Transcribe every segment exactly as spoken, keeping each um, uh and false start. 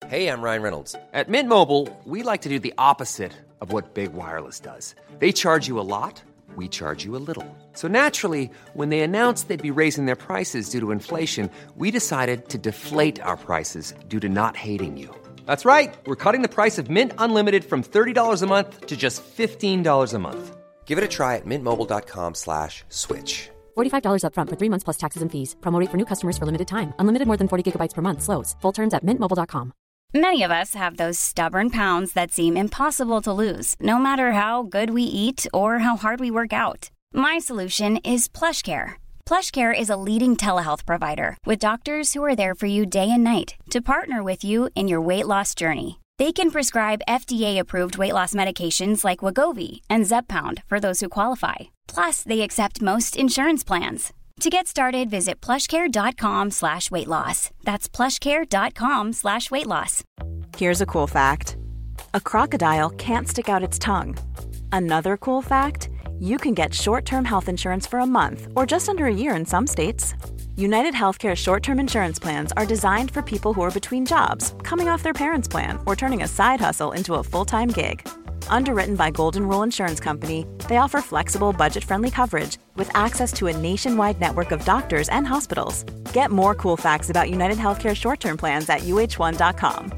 Hey, I'm Ryan Reynolds. At Mint Mobile, we like to do the opposite of what Big Wireless does. They charge you a lot, we charge you a little. So naturally, when they announced they'd be raising their prices due to inflation, we decided to deflate our prices due to not hating you. That's right. We're cutting the price of Mint Unlimited from thirty dollars a month to just fifteen dollars a month. Give it a try at mintmobile.com slash switch. forty-five dollars up front for three months plus taxes and fees. Promo rate for new customers for limited time. Unlimited more than forty gigabytes per month slows. Full terms at mint mobile dot com. Many of us have those stubborn pounds that seem impossible to lose, no matter how good we eat or how hard we work out. My solution is PlushCare. PlushCare is a leading telehealth provider with doctors who are there for you day and night to partner with you in your weight loss journey. They can prescribe F D A-approved weight loss medications like Wegovy and Zepbound for those who qualify. Plus, they accept most insurance plans. To get started, visit plushcare.com slash weight loss. That's plushcare.com slash weight loss. Here's a cool fact. A crocodile can't stick out its tongue. Another cool fact, you can get short-term health insurance for a month or just under a year in some states. United Healthcare short-term insurance plans are designed for people who are between jobs, coming off their parents' plan, or turning a side hustle into a full-time gig. Underwritten by Golden Rule Insurance Company, they offer flexible, budget-friendly coverage with access to a nationwide network of doctors and hospitals. Get more cool facts about United Healthcare short-term plans at u h one dot com.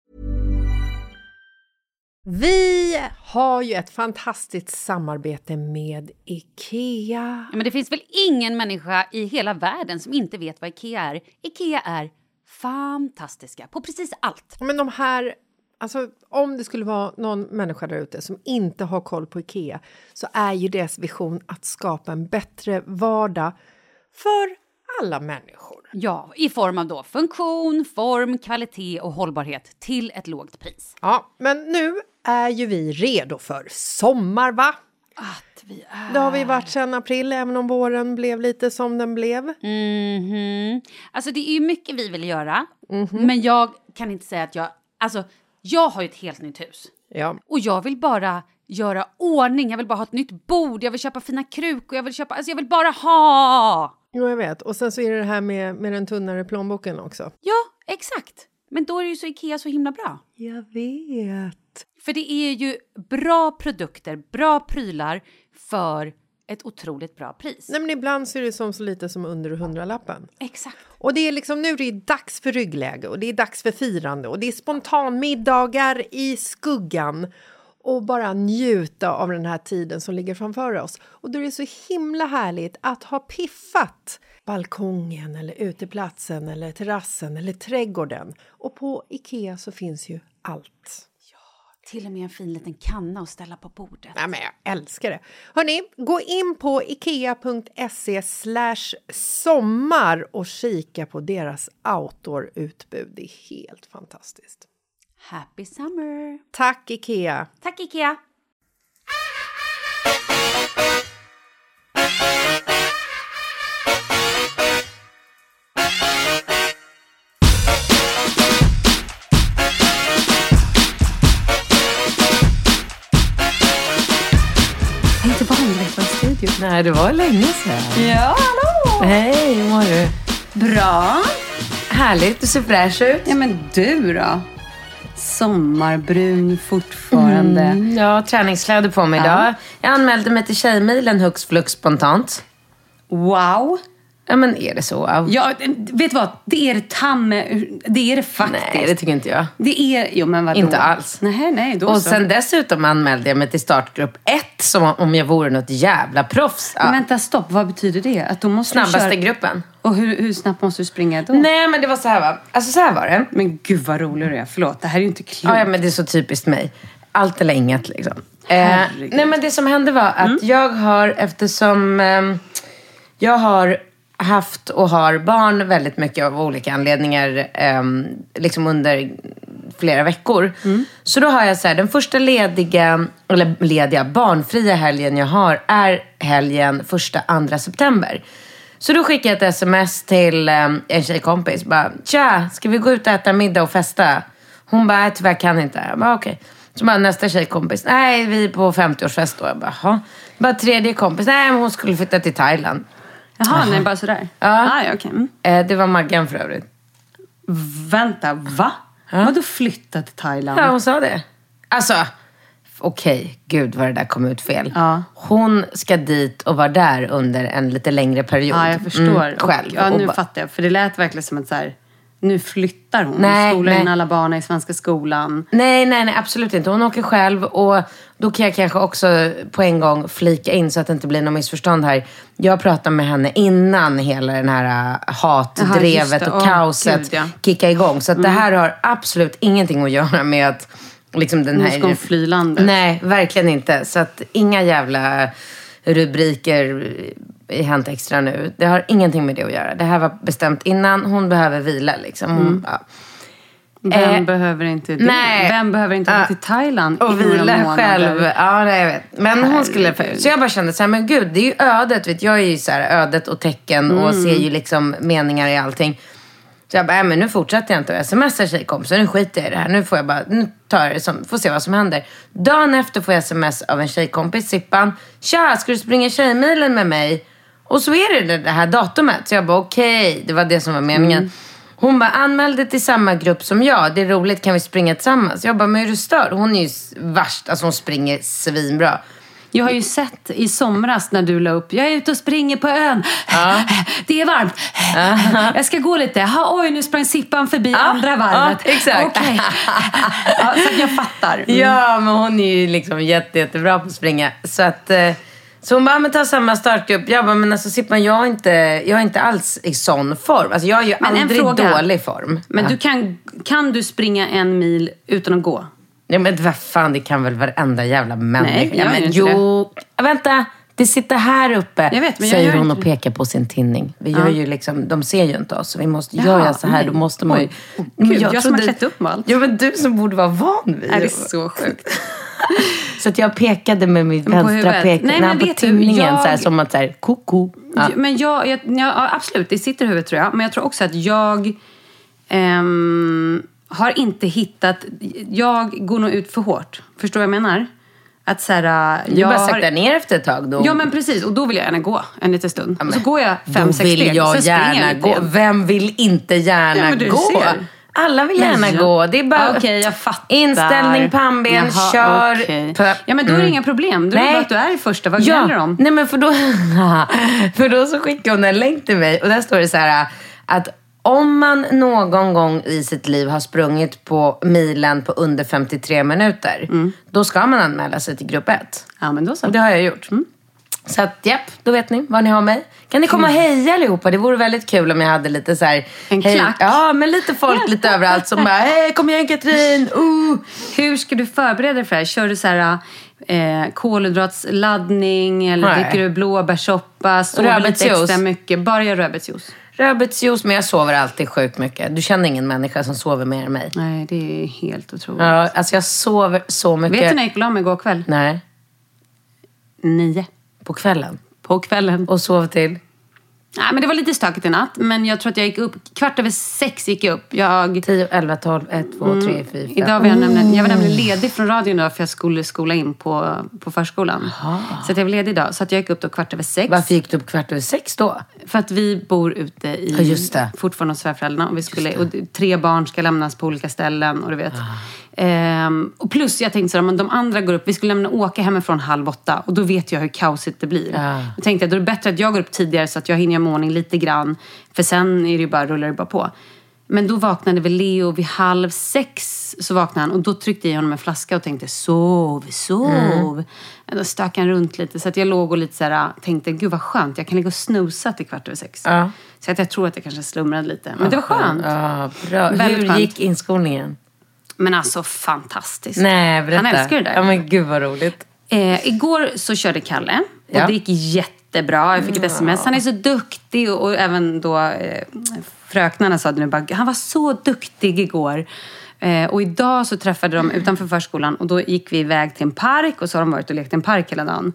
Vi har ju ett fantastiskt samarbete med IKEA. Ja, men det finns väl ingen människa i hela världen som inte vet vad IKEA är. IKEA är fantastiska på precis allt. Men de här... Alltså, om det skulle vara någon människa där ute som inte har koll på IKEA, så är ju deras vision att skapa en bättre vardag för alla människor. Ja, i form av då funktion, form, kvalitet och hållbarhet till ett lågt pris. Ja, men nu är ju vi redo för sommar, va? Att vi är... Det har vi varit sedan april, även om våren blev lite som den blev. Mhm. Alltså det är ju mycket vi vill göra, Mm-hmm. men jag kan inte säga att jag... Alltså... Jag har ju ett helt nytt hus. Ja. Och jag vill bara göra ordning. Jag vill bara ha ett nytt bord. Jag vill köpa fina krukor. Jag vill köpa... Alltså jag vill bara ha! Jo, jag vet. Och sen så är det det här med, med den tunnare plånboken också. Ja, exakt. Men då är ju så IKEA så himla bra. Jag vet. För det är ju bra produkter, bra prylar för ett otroligt bra pris. Nej, men ibland så är det som så lite som under hundralappen. Exakt. Och det är liksom nu det är dags för ryggläge och det är dags för firande och det är spontanmiddagar i skuggan och bara njuta av den här tiden som ligger framför oss. Och då är det så himla härligt att ha piffat balkongen eller uteplatsen eller terrassen eller trädgården. Och på IKEA så finns ju allt. Till och med en fin liten kanna att ställa på bordet. Nej, men jag älskar det. Hörrni, gå in på ikea.se slash sommar och kika på deras outdoor-utbud. Det är helt fantastiskt. Happy summer! Tack IKEA! Tack IKEA! Nej, det var länge sedan. Ja, hallå! Hej, hur mår du? Bra. Härligt, du ser fräsch ut. Ja, men du då? Sommarbrun fortfarande. Mm, ja, träningskläder på mig idag. Jag anmälde mig till Tjejmilen hux flux spontant. Wow. Ja, men är det så? Wow. Ja, vet du vad? Det är det tamme... Det är det faktiskt. Nej, det tycker inte jag. Det är... Jo, men vadå? Inte alls. Nej, nej, då Och så. sen dessutom anmälde jag mig till startgrupp ett som om jag vore något jävla proffs. Ja. Men vänta, stopp. Vad betyder det? Att då måste Snabbaste köra... gruppen. Och hur, hur snabbt måste du springa då? Nej, men det var så här, va? Alltså så här var det. Men gud vad rolig du är. Förlåt, det här är ju inte klokt. Ja, ja, men det är så typiskt mig. Allt eller inget, liksom. Eh, nej, men det som hände var att mm. jag har, eftersom eh, jag har haft och har barn väldigt mycket av olika anledningar eh, liksom under flera veckor. Mm. Så då har jag så här, den första lediga, eller lediga barnfria helgen jag har är helgen första, andra september. Så då skickade jag ett sms till eh, en tjejkompis. Bara, tja, ska vi gå ut och äta middag och festa? Hon bara, tyvärr kan inte. Jag bara, okej. Okay. Så bara nästa tjejkompis. Nej, vi är på femtioårsfest då. Jag bara, ha. Bara tredje kompis. Nej, men hon skulle flytta till Thailand. Jaha, Aha. nej, bara sådär. Ja, ah, ja, okay. mm. eh, det var Maggan för övrigt. Vänta, va? Ja. Vadå flytta till Thailand? Ja, hon sa det. Alltså, okej, okay, gud vad det där kom ut fel. Ja. Hon ska dit och vara där under en lite längre period. Ja, jag förstår. Mm, själv. Och, ja, nu och fattar jag. För det lät verkligen som att så här, nu flyttar hon. Nej, skolar nej. in alla barn i svenska skolan. Nej, nej, nej, absolut inte. Hon åker själv och då kan jag kanske också på en gång flika in så att det inte blir något missförstånd här. Jag pratade med henne innan hela den här hatdrevet Aha, och oh, kaoset Gud, ja. kickade igång. Så att Mm. det här har absolut ingenting att göra med att liksom den här... Nu ska hon fly landet. Nej, verkligen inte. Så att inga jävla rubriker i Hänt Extra nu. Det har ingenting med det att göra. Det här var bestämt innan. Hon behöver vila liksom. Hon, Mm. ja. Vem Eh, behöver inte det? nej. Vem behöver inte åka Ja. till Thailand Och i några vila månader? själv. Ja, nej, jag vet. Men hon skulle... Herregud. Så jag bara kände så här, men gud, det är ju ödet. Vet, jag är ju så här ödet och tecken och Mm. ser ju liksom meningar i allting. Så jag bara, nej, men nu fortsätter jag inte att smsa tjejkompisar. Nu skiter jag i det här. Nu får jag bara, nu tar jag det som, får se vad som händer. Dagen efter får jag sms av en tjejkompis, Sippan. Tja, ska du springa tjejmilen med mig? Och så är det det här datumet. Så jag bara, okej, okay, det var det som var meningen. Mm. Hon bara, anmäl dig till samma grupp som jag. Det är roligt, kan vi springa tillsammans? Jag bara, men är du störd? Hon är ju värst, alltså hon springer svinbra. Jag har ju sett i somras när du la upp, jag är ute och springer på ön. Ja. Det är varmt. Jag ska gå lite. Ha, oj, nu sprang Sippan förbi Ja, andra varvet. ja, exakt. Okay. Ja, så att jag fattar. Mm. Ja, men hon är ju liksom jätte, jättebra på att springa. Så att... eh, Så hon bara, men ta samma startgrupp. Jag bara, men alltså Sippan, jag är inte, jag är inte alls i sån form. Alltså jag är ju Men en aldrig fråga. dålig form. Men ja. du kan, kan du springa en mil utan att gå? Ja, men vad fan, det kan väl varenda jävla människa. Nej, jag ja, gör men inte jo, vänta. Det sitter här uppe, Jag vet, men jag säger gör hon inte och det. pekar på sin tinning. Vi gör ju liksom, de ser ju inte oss. Så vi måste Jaha, göra så här, nej. då måste man ju... Oj, oh, Gud, jag som har trodde- klätt upp med allt. Ja, men du som borde vara van vid Är det så sjukt? Så att jag pekade med min på vänstra huvudet. pek Nej, men på vet du, tinningen jag- så här, som att så här, koko. Ja. Men jag, jag, ja, absolut, det sitter i huvudet tror jag. Men jag tror också att jag ehm, har inte hittat... Jag går nog ut för hårt. Förstår vad jag menar? Att så här, Du jag bara har- sakta ner efter ett tag då. Ja, men precis. Och då vill jag gärna gå en liten stund. Ja, men och så går jag fem, då sex vill steg. jag Sen springer gärna lite gå. igen. Vem vill inte gärna Ja, men du gå? ser. Alla vill gärna Men jag- gå. Det är bara Okej, okay, jag fattar. inställning, pannben, Jaha, kör. okej. På- Ja, men då är det Mm. inga problem. Då är det Nej. bara att du är i första. Vad Ja, gäller om? nej men för då, för då så skickar hon en länk till mig och där står det så här att om man någon gång i sitt liv har sprungit på milen på under femtiotre minuter, då ska man anmäla sig till grupp ett. Ja, men då så. Och det har jag gjort. Så att, japp, då vet ni var ni har mig. Kan ni komma och heja allihopa? Det vore väldigt kul om jag hade lite så här... En hej- klack? Ja, men lite folk lite överallt som bara, hej, kom igen Katrin! Uh. Hur ska du förbereda dig för det här? Kör du så här eh, kolhydratsladdning eller Nej. dricker du blåbärssoppa? Sover lite Rödbetsjuice. extra mycket? Bara gör rödbetsjuice? Rödbetsjuice, men jag sover alltid sjukt mycket. Du känner ingen människa som sover mer än mig. Nej, det är helt otroligt. Ja, alltså jag sover så mycket. Vet du när jag gick och la mig igår kväll? Nej, Nio. på kvällen. På kvällen. Och sov till? Nej, men det var lite stökigt i natt. Men jag tror att jag gick upp, kvart över sex gick jag upp. Jag... tio, elva, tolv, ett, två, tre, fyra. Idag var jag, nämligen, jag var nämligen ledig från radion idag för jag skulle skola in på, på förskolan. Så att jag var ledig idag. Så att jag gick upp då kvart över sex. Varför gick du upp kvart över sex då? För att vi bor ute i... Ja, just det. Fortfarande hos svärföräldrarna. Och, vi skulle, och tre barn ska lämnas på olika ställen. Och du vet. Ehm, och plus jag tänkte så här, men de andra går upp. Vi skulle lämna åka hemifrån halv åtta. Och då vet jag hur kaosigt det blir. Ja. Jag tänkte att då är det bättre att jag går upp tidigare så att jag hinner göra ordning lite grann. För sen är det ju bara, rullar det bara på. Men då vaknade väl Leo vid halv sex. Så vaknade han och då tryckte jag i honom en flaska och tänkte sov, sov. Mm. Då stökade han runt lite så att jag låg och lite så här, tänkte gud vad skönt. Jag kan ligga och snusa till kvart över sex. Ja. Så att jag tror att jag kanske slumrade lite. Men det var skönt. Ja, bra. Väldigt Hur skönt. gick inskolningen? Men alltså fantastiskt. Nej, berätta. Han älskar det där. Ja, men gud vad roligt. Eh, igår så körde Kalle. Och Ja. det gick jättebra. Jag fick ett sms. Han är så duktig. Och, och även då eh, fröknarna sa det nu bara, han var så duktig igår. Eh, och idag så träffade de utanför förskolan. Och då gick vi iväg till en park. Och så har de varit och lekt i en park hela dagen.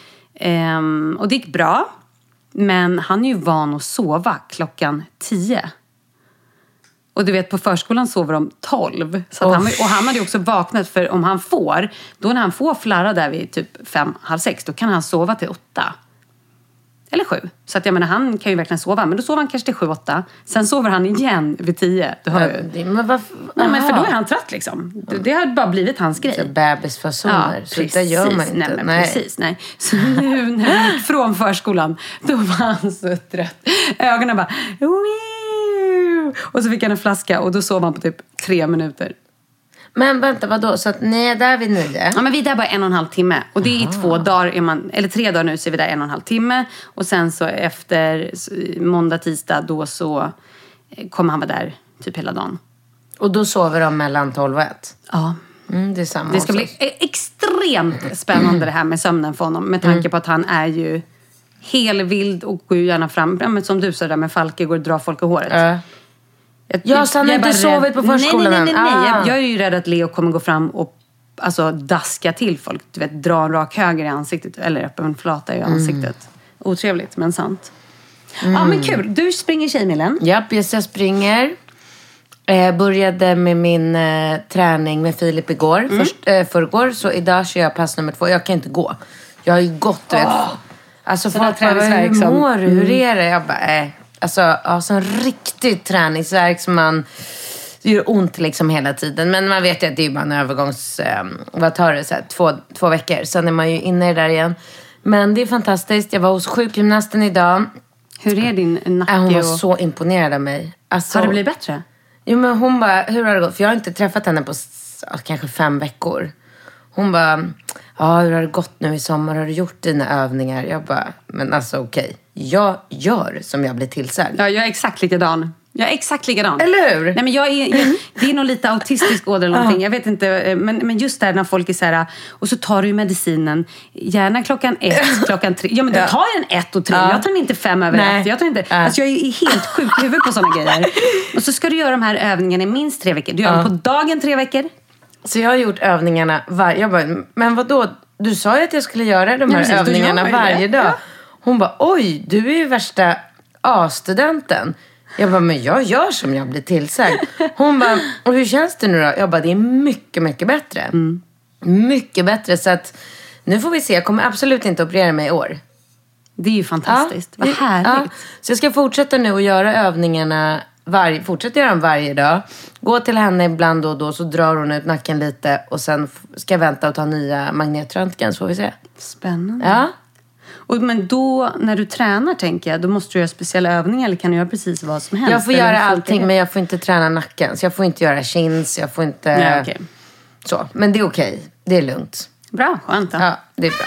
Eh, och det gick bra. Men han är ju van att sova klockan tio. Och du vet, på förskolan sover de tolv. Så att han, och han hade ju också vaknat, för om han får, då när han får flarra där vid typ fem, halv sex, då kan han sova till åtta. Eller sju. Så att jag menar, han kan ju verkligen sova. Men då sover han kanske till sju, åtta. Sen sover han igen vid tio. Du hör ju. Ja, men varför? Nej, men för då är han trött liksom. Det, det har bara blivit hans grej. Så bebisfasoner. Ja, så det gör man inte. Nej, men nej. precis. Nej. Så nu när han gick från förskolan, då var han så trött. Ögonen bara... Wiu! Och så fick han en flaska och då sov han på typ tre minuter. Men vänta, vadå? Så att ni är där vid nio? Ja, men vi är där bara en och en halv timme. Och det är i två dagar, är man, eller tre dagar nu så är vi där en och en halv timme. Och sen så efter måndag, tisdag, då så kommer han vara där typ hela dagen. Och då sover de mellan tolv och ett? Ja. Mm, det är samma. Det ska bli extremt spännande det här med sömnen för honom. Med tanke mm. på att han är ju helvild och går gärna fram. Ja, men som du sa där med Falke, går och drar folk i håret. Äh. Jag, ja, så han har inte sovit på förskolan. Nej, nej, nej. nej. Ah. Jag, jag är ju rädd att Leo kommer gå fram och alltså, daska till folk. Du vet, dra en rak höger i ansiktet. Eller öppen flata i ansiktet. Mm. Otrevligt, men sant. Mm. Ja, men kul. Du springer Tjejmilen. Japp, yes, jag springer. Jag började med min eh, träning med Filip igår. Mm. Först, eh, förrgår. Så idag kör jag pass nummer två. Jag kan inte gå. Jag har ju gått. Oh. Vet, alltså folk bara, hur mår du? Hur är det? Jag bara, eh. Alltså, ja, sån riktig träningsvärk som man... Det gör ont liksom hela tiden. Men man vet ju att det är bara en övergångs... Eh, vad tar det? Så här, två, två veckor. Sen är man ju inne i det där igen. Men det är fantastiskt. Jag var hos sjukgymnasten idag. Hur är din nacke? Äh, hon var och... så imponerad av mig. Alltså, har det blivit bättre? Jo, men hon bara... Hur har det gått? För jag har inte träffat henne på ja, kanske fem veckor. Hon bara... Ja, hur har det gått nu i sommar? Har du gjort dina övningar? Jag bara... Men alltså okej. Okay. Jag gör som jag blir tillsagd. Ja, jag är exakt likadan. Jag är exakt likadan. Eller hur? Nej, men jag är, jag, det är nog lite autistisk åder eller någonting. Jag vet inte. Men, men just där när folk är så här... Och så tar du ju medicinen. Gärna klockan ett, klockan tre. Ja, men då tar jag en ett och tre. Ja. Jag tar den inte fem över Nej. ett. Jag tar inte... Ja. Alltså jag är helt sjuk i huvudet på sådana grejer. Och så ska du göra de här övningarna i minst tre veckor. Du gör ja. dem på dagen tre veckor. Så jag har gjort övningarna varje... Jag bara, men vadå? Du sa ju att jag skulle göra de här ja, precis, övningarna varje dag. Ja. Hon bara, oj, du är ju värsta A-studenten. Jag bara, men jag gör som jag blir tillsagd. Hon bara, och hur känns det nu då? Jag bara, det är mycket, mycket bättre. Mm. Mycket bättre, så att nu får vi se. Jag kommer absolut inte operera mig i år. Det är ju fantastiskt. Ja, Vad härligt. Ja. Så jag ska fortsätta nu och göra övningarna, varje, fortsätta göra dem varje dag. Gå till henne ibland då och då, så drar hon ut nacken lite. Och sen ska jag vänta och ta nya magnetröntgen, så får vi se. Spännande. Ja. Och, men då, när du tränar, tänker jag, då måste du göra speciella övningar, eller kan du göra precis vad som helst? Jag får göra allting, men jag får inte träna nacken. Så jag får inte göra chins, jag får inte... Ja, okay. Så, men det är okej. Okay. Det är lugnt. Bra, skönt då. Ja, det är bra.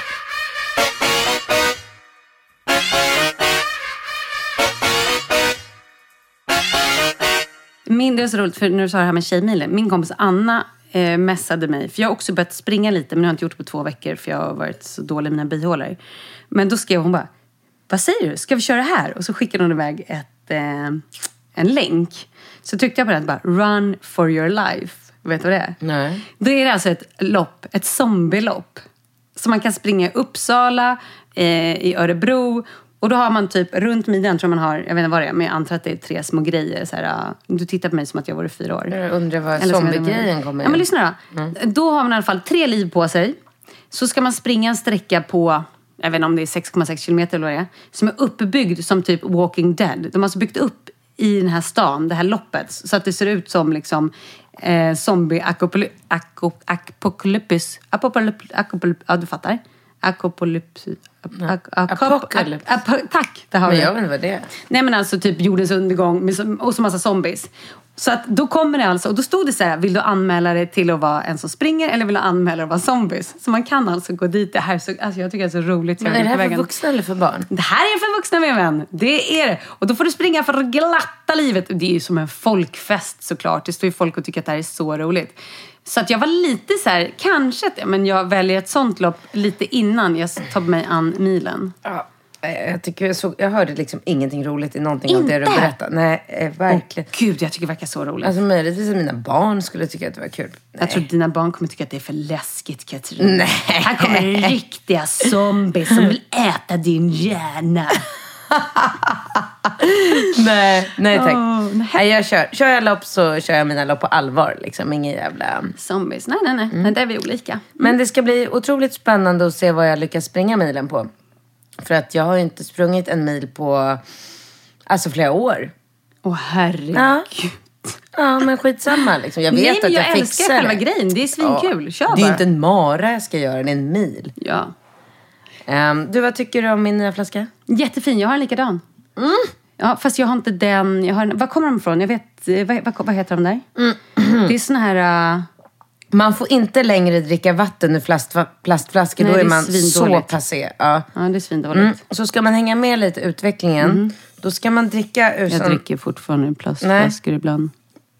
Min, det är så roligt, för när du sa det här med Tjejmilen. Min kompis Anna eh, messade mig. För jag har också börjat springa lite, men jag har inte gjort det på två veckor. För jag har varit så dålig i mina bihålor. Men då skrev hon bara, vad säger du? Ska vi köra här? Och så skickade hon iväg ett, eh, en länk. Så tryckte jag på den bara, run for your life. Vet du vad det är? Nej. Då är det alltså ett lopp, ett zombielopp. Så man kan springa i Uppsala, eh, i Örebro. Och då har man typ runt midjan, tror man har, jag vet inte vad det är, men jag antar att det är tre små grejer. Så här, du tittar på mig som att jag var fyra år. Jag undrar vad zombie-grejen kommer in. Ja, men lyssna då. Mm. Då har man i alla fall tre liv på sig. Så ska man springa en sträcka på, jag vet inte om det är sex komma sex kilometer eller vad det är, som är uppbyggd som typ Walking Dead. De har alltså byggt upp i den här stan, det här loppet, så att det ser ut som liksom eh, zombie-apokalypis. Apokalypis. Ja, du fattar. Apokalypis. Apokalyps. Tack, det har men vi. jag vet inte vad det är. Nej, men alltså typ jordens undergång och så massa zombies. Så att då kommer det alltså, och då stod det så här, vill du anmäla dig till att vara en som springer eller vill du anmäla dig att vara zombies? Så man kan alltså gå dit. Det här så, alltså jag tycker det är så roligt. Men är det här för vuxna eller för barn? Det här är för vuxna, min vän. Det är det. Och då får du springa för glatta livet. Det är ju som en folkfest såklart. Det står ju folk och tycker att det här är så roligt. Så att jag var lite så här, kanske, men jag väljer ett sånt lopp lite innan jag tar mig an milen. Ja. Jag, tycker jag, så, jag hörde liksom ingenting roligt i någonting av det du berättade. Nej, verkligen. Åh, gud, jag tycker det verkar så roligt. Alltså möjligtvis att mina barn skulle tycka att det var kul. Nej. Jag tror att dina barn kommer tycka att det är för läskigt, Katrin. Nej. Här kommer riktiga zombies som vill äta din hjärna. nej, nej tack. Oh, nej. Nej, jag kör. Kör jag lopp så kör jag mina lopp på allvar. Liksom. Ingen jävla... Zombies, nej, nej, nej. Mm. Där är vi olika. Mm. Men det ska bli otroligt spännande att se vad jag lyckas springa milen på. För att jag har ju inte sprungit en mil på alltså flera år. Åh herregud. Ja. Ja, men skitsamma liksom. Jag vet Nej, att jag, jag fixar älskar själva grejen. Det är svinkul. Ja. Kör bara. Det är ju inte en mara jag ska göra, det är en mil. Ja. Um, du, vad tycker du om min nya flaska? Jättefin, jag har en likadan. Mm. Ja, fast jag har inte den. Jag har en, var kommer de ifrån? Jag vet, vad, vad, vad heter de där? Mm. Det är såna här... Uh... Man får inte längre dricka vatten ur plast, plastflaskor. Nej, då är, är man så passé. Ja. Ja, det är svindåligt. Mm. Så ska man hänga med lite i utvecklingen. Mm. Då ska man dricka ur... Jag sån... dricker fortfarande plastflaskor Nej. ibland.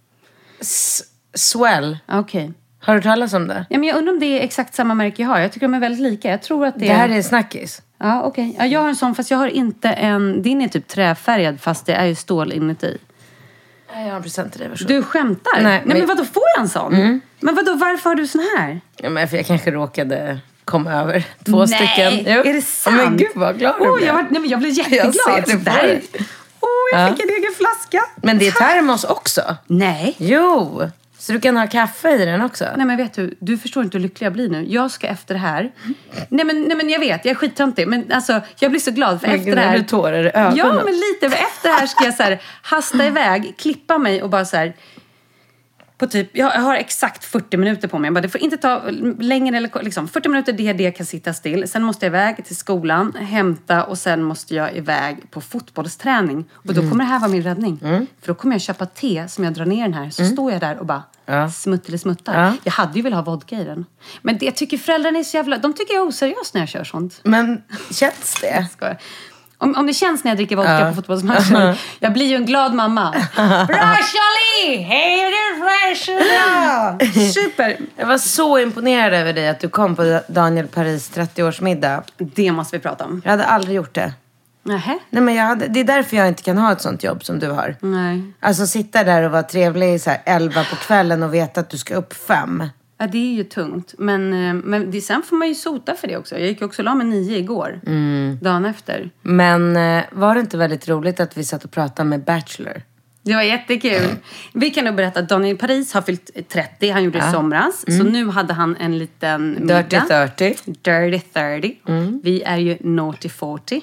S- swell. Okej. Okay. Har du talat om det? Ja, men jag undrar om det är exakt samma märke jag har. Jag tycker de är väldigt lika. Jag tror att det, det här är en snackis. Ja, okej. Okay. Ja, jag har en sån, fast jag har inte en... Din är typ träfärgad, fast det är ju stål inuti. Jag har en present till dig. Du skämtar? Nej, Nej men, men vadå, får jag en sån? Mm. Men vadå, varför har du sån här? Ja, men för jag kanske råkade komma över två nej, stycken. Nej, är det sant? Oh, men gud vad glad oh, jag, var, nej, men jag blev jätteglad. Jag ser det där. Åh, oh, jag ja. fick en egen flaska. Men det är termos också. Nej. Jo. Så du kan ha kaffe i den också? Nej, men vet du, du förstår inte hur lycklig jag blir nu. Jag ska efter det här. Nej, men, nej, men jag vet, jag är skittöntig. Men alltså, jag blir så glad för men efter det här. Du tårar i ögonen. Ja, men lite. Efter det här ska jag så här, hasta iväg, klippa mig och bara så här... På typ, jag har exakt fyrtio minuter på mig. Jag bara, det får inte ta längre eller liksom fyrtio minuter, det är det jag kan sitta still. Sen måste jag iväg till skolan, hämta och sen måste jag iväg på fotbollsträning. Och då kommer det här vara min räddning. Mm. För då kommer jag köpa te som jag drar ner den här. Så mm. står jag där och bara ja. smuttelesmuttar. Ja. Jag hade ju velat ha vodka i den. Men det, jag tycker föräldrarna är så jävla... De tycker jag är oseriös när jag kör sånt. Men känns det? Om, om det känns när jag dricker vodka uh. på fotbollsmatcher. Uh-huh. Jag blir ju en glad mamma. Bra Charlie! Hej du fresh! Super! Jag var så imponerad över dig att du kom på Daniel Paris trettioårsmiddag. Det måste vi prata om. Jag hade aldrig gjort det. Nähä? Nej, men jag hade, det är därför jag inte kan ha ett sånt jobb som du har. Nej. Alltså sitta där och vara trevlig så här elva på kvällen och veta att du ska upp fem. Ja, det är ju tungt. Men, men det, sen får man ju sota för det också. Jag gick också och la mig nio igår. Mm. Dagen efter. Men var det inte väldigt roligt att vi satt och pratade med Bachelor? Det var jättekul. Mm. Vi kan nog berätta att Daniel Paris har fyllt trettio. Han gjorde det ja. i somras. Mm. Så nu hade han en liten middag. Dirty thirty. Dirty thirty. Mm. Vi är ju naughty forty.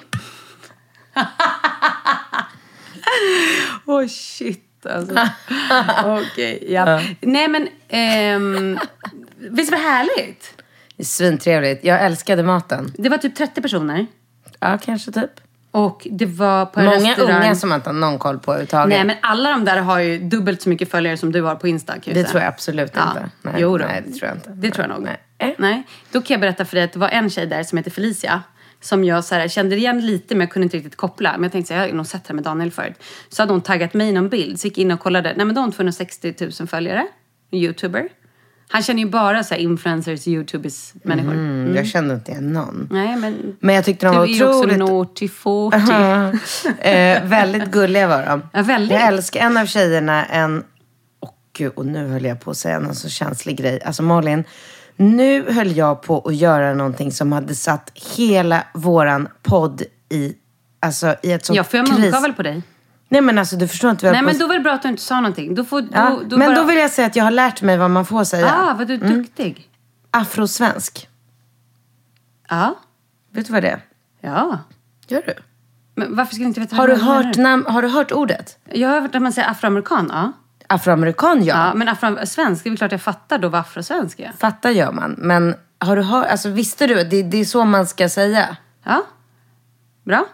Åh oh, shit. Alltså. Okej, okay, ja. ja. Nej men, ehm, visst var det härligt? Det är svintrevligt. Jag älskade maten. Det var typ trettio personer. Ja, kanske typ. Och det var på en många restaurang. Unga som man inte har någon koll på överhuvudtaget. Nej, men alla de där har ju dubbelt så mycket följare som du har på Insta. Det tror jag absolut ja. inte. Nej, jo då. Nej, det tror jag inte. Det tror jag nog. Nej. Nej. Då kan jag berätta för dig att det var en tjej där som heter Felicia. Som jag så här, kände igen lite, men jag kunde inte riktigt koppla. Men jag tänkte så här, jag har nog sett henne med Daniel förut. Så hade hon taggat mig i någon bild. Så gick in och kollade. Nej, men då har hon tvåhundrasextio tusen följare. YouTuber. Han känner ju bara så här influencers, YouTubers, människor. Mm, mm. Jag kände inte igen någon. Nej, men... Men jag tyckte de du var är otroligt... också naughty forty. eh, väldigt gulliga var de. Ja, väldigt. Jag älskar en av tjejerna, en... Och gud, och nu höll jag på att säga någon så känslig grej. Alltså Malin... Nu höll jag på att göra någonting som hade satt hela våran podd i, alltså, i ett sånt ja, för jag munkar väl på dig? Nej, men alltså du förstår inte vad Nej, jag men då var det bra att du inte sa någonting. Då får, ja, då, då men bara... då vill jag säga att jag har lärt mig vad man får säga. Ah, vad du är duktig. Mm. Afrosvensk. Ja. Vet du vad det är? Ja. Gör du? Men varför ska du inte veta har du hört nam- Har du hört ordet? Jag har hört att man säger afroamerikan, ja. Afroamerikan, ja. Ja, men afrosvensk, det är väl klart jag fattar då vad afrosvensk är. Fattar gör man, men har du hört, alltså visste du, det, det är så man ska säga. Ja, bra.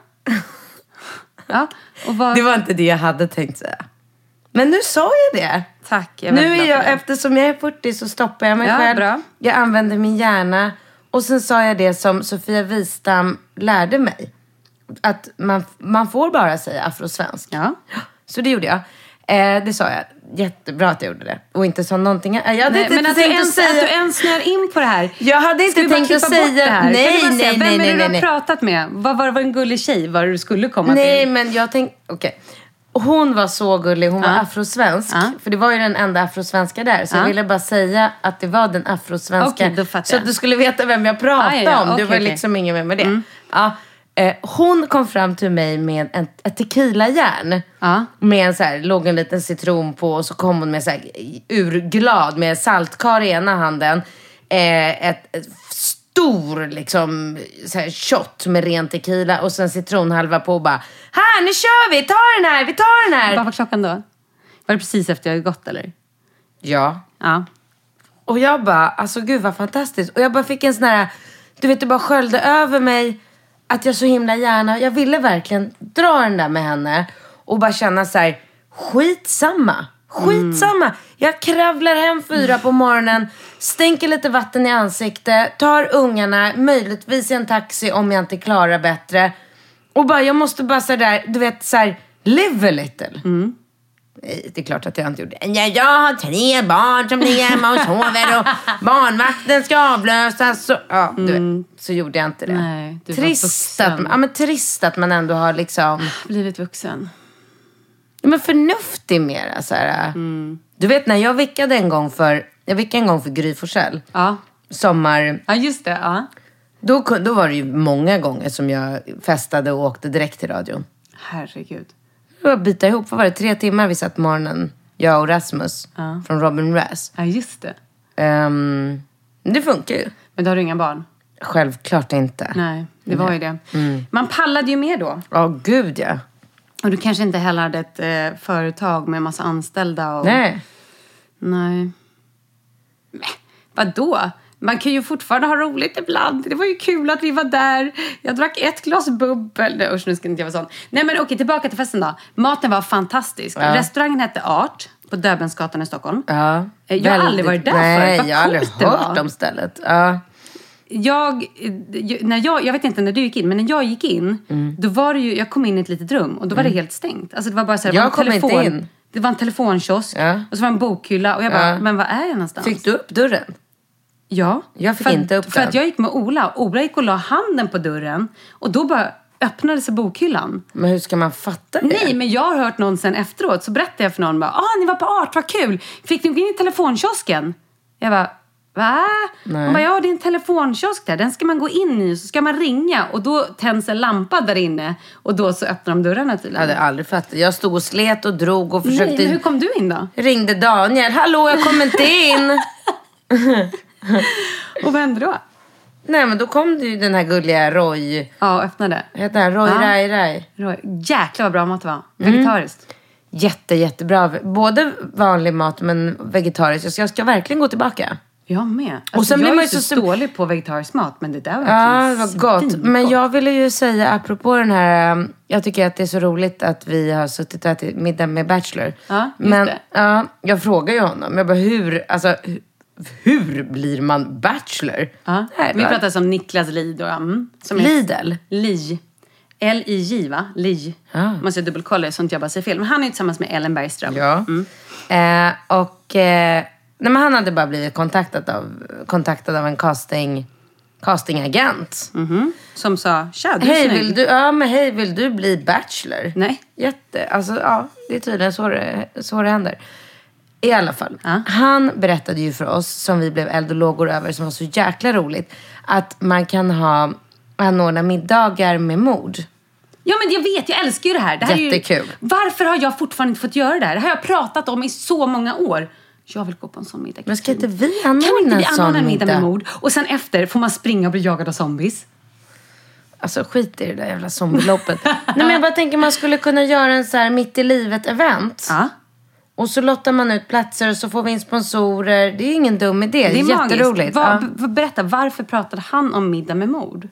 Ja, och vad... Det var inte det jag hade tänkt säga. Men nu sa jag det. Tack, jag är nu är jag, eftersom jag är fyrtio så stoppar jag mig ja, själv. Bra. Jag använder min hjärna. Och sen sa jag det som Sofia Wistam lärde mig. Att man, man får bara säga afrosvensk. Ja. Så det gjorde jag. Eh, det sa jag. Jättebra att jag gjorde det. Och inte sa någonting. Jag hade nej, inte men att tänkt du ens, att säga... att du ens snör in på det här. Jag hade inte tänkt att säga... Det här? Nej, nej, nej, Vem nej, är det nej, du har pratat med? Vad var det var en gullig tjej? Vad du skulle komma nej, till? Nej, men jag tänkte... Okej. Okay. Hon var så gullig. Hon var ja. afrosvensk. Ja. För det var ju den enda afrosvenska där. Så ja. jag ville bara säga att det var den afrosvenska. Okay, så att du skulle veta vem jag pratade ah, ja, ja. om. Okay, du var okay. liksom ingen med med det. Mm. Ja. Eh, hon kom fram till mig med en, ett tequila-järn. Ja. Med en så här, låg en liten citron på. Och så kom hon med så här, urglad med saltkar i ena handen. Eh, ett, ett stor liksom så här shot med ren tequila och sen citronhalva på och bara, här, nu kör vi, ta den här, vi tar den här. Vad var klockan då? Var det precis efter jag hade gått eller? Ja. Ja. Och jag bara, alltså gud vad fantastiskt. Och jag bara fick en sån här, du vet, det bara sköljde över mig att jag så himla gärna, jag ville verkligen dra den där med henne och bara känna så här, skitsamma. Skitsamma. Mm. Jag kravlar hem fyra på morgonen, stänker lite vatten i ansiktet, tar ungarna, möjligtvis i en taxi om jag inte klarar bättre. Och bara, jag måste bara så där, du vet, så här, live a little. Mm. Nej, det är klart att jag inte gjorde det. Ja, jag har tre barn som ligger hemma och sover och barnvakten ska avlösas. Så, ja, du mm. vet, så gjorde jag inte det. Nej, du trist, att, ja, men trist att man ändå har liksom... blivit vuxen. Men förnuftig mer. Så här. Mm. Du vet, när jag vickade en gång för... Jag vickade en gång för Gry Forssell. Ja. Sommar... Ja, just det. Ja. Då, då var det ju många gånger som jag festade och åkte direkt till radion. Herregud. Det var att byta ihop. Vad var det? Tre timmar vi satt morgonen. Jag och Rasmus. Ja. Från Robin Razz. Ja, just det. Um, det funkar ju. Men då har du inga barn? Självklart inte. Nej, det var ju det. Mm. Man pallade ju med då. Ja, oh, gud ja. Och du kanske inte heller hade ett eh, företag med en massa anställda. Och... Nej. Nej. Men, vadå? Man kan ju fortfarande ha roligt ibland. Det var ju kul att vi var där. Jag drack ett glas bubbel. Nej, usch, nu ska inte jag vara sån. Nej, men okej, tillbaka till festen då. Maten var fantastisk. Ja. Restaurangen hette Art på Döbelnsgatan i Stockholm. Ja. Jag har väldigt... aldrig varit där Nej, förut. Vad jag har aldrig hört om stället. Ja. Jag, när jag, jag vet inte när du gick in, men när jag gick in, mm. då var det ju, jag kom in i ett litet rum och då var mm. det helt stängt. Alltså det var bara så här, jag var kom telefon, inte in. Det var en telefonkiosk ja. och så var en bokhylla och jag bara, ja. men vad är jag någonstans? Fick du upp dörren? Ja. Jag fick för, inte upp den. För att jag gick med Ola. Ola gick och la handen på dörren och då bara öppnade sig bokhyllan. Men hur ska man fatta det? Nej, men jag har hört någon sen efteråt, så berättade jag för någon bara, ah, ni var på Art, vad kul. Fick ni gå in i telefonkiosken? Jag bara, va? Nej. Hon bara, ja, det är en telefonkiosk där. Den ska man gå in i, så ska man ringa. Och då tänds en lampa där inne. Och då så öppnar de dörrarna till. Jag hade aldrig fattat. Jag stod och slet och drog och försökte... Nej, men hur kom du in då? Ringde Daniel. Hallå, jag kom inte in. Och vad hände då? Nej, men då kom det ju den här gulliga Roy. Ja, öppnade. Heter han Roy ja. Rai Rai. Roy. Jäklar vad bra mat det var. Vegetariskt. Mm. Jätte, jättebra. Både vanlig mat men vegetariskt. Jag ska verkligen gå tillbaka. Jag med. Alltså, och sen jag blir man är ju så så dålig på vegetarisk mat, men det där var ja, det var gott. Men jag ville ju säga, apropå den här, jag tycker att det är så roligt att vi har suttit och ätit middag med Bachelor. Ja, just men, det. Ja, jag frågar ju honom, jag bara, hur, alltså, hur, hur blir man Bachelor? Ja. Nej, vi va? pratar som Niklas Li då. Mm, som Lidl? Li. L I J, va? Li. Ja. Måste jag dubbelkolla så inte jag bara säger fel. Men han är tillsammans med Ellen Bergström. Ja. Mm. Eh, och eh, nej, men han hade bara blivit kontaktad av, kontaktad av en casting, castingagent. Mm-hmm. Som sa, tja, du hej, är vill du, ja, men hej, vill du bli Bachelor? Nej. Jätte, alltså ja, det är tydligen så det, så det händer. I alla fall, ja. Han berättade ju för oss, som vi blev eld och lågor över, som var så jäkla roligt, att man kan ha anordna middagar med mord. Ja, men jag vet, jag älskar ju det här. Det här Jättekul. Är ju, varför har jag fortfarande inte fått göra det här? Det har jag pratat om i så många år. Jag vill gå på en sån middag. Men ska inte vi anordna kan inte vi en sån anordna en middag middag med mord? Och sen efter får man springa och bli jagad av zombies. Alltså skit i det där jävla zombieloppet. Nej, men jag bara tänker man skulle kunna göra en så här mitt i livet event. Ja. Och så lottar man ut platser och så får vi in sponsorer. Det är ingen dum idé. Det är, det är jätteroligt. Va, ja. b- berätta, varför pratade han om middag med mord?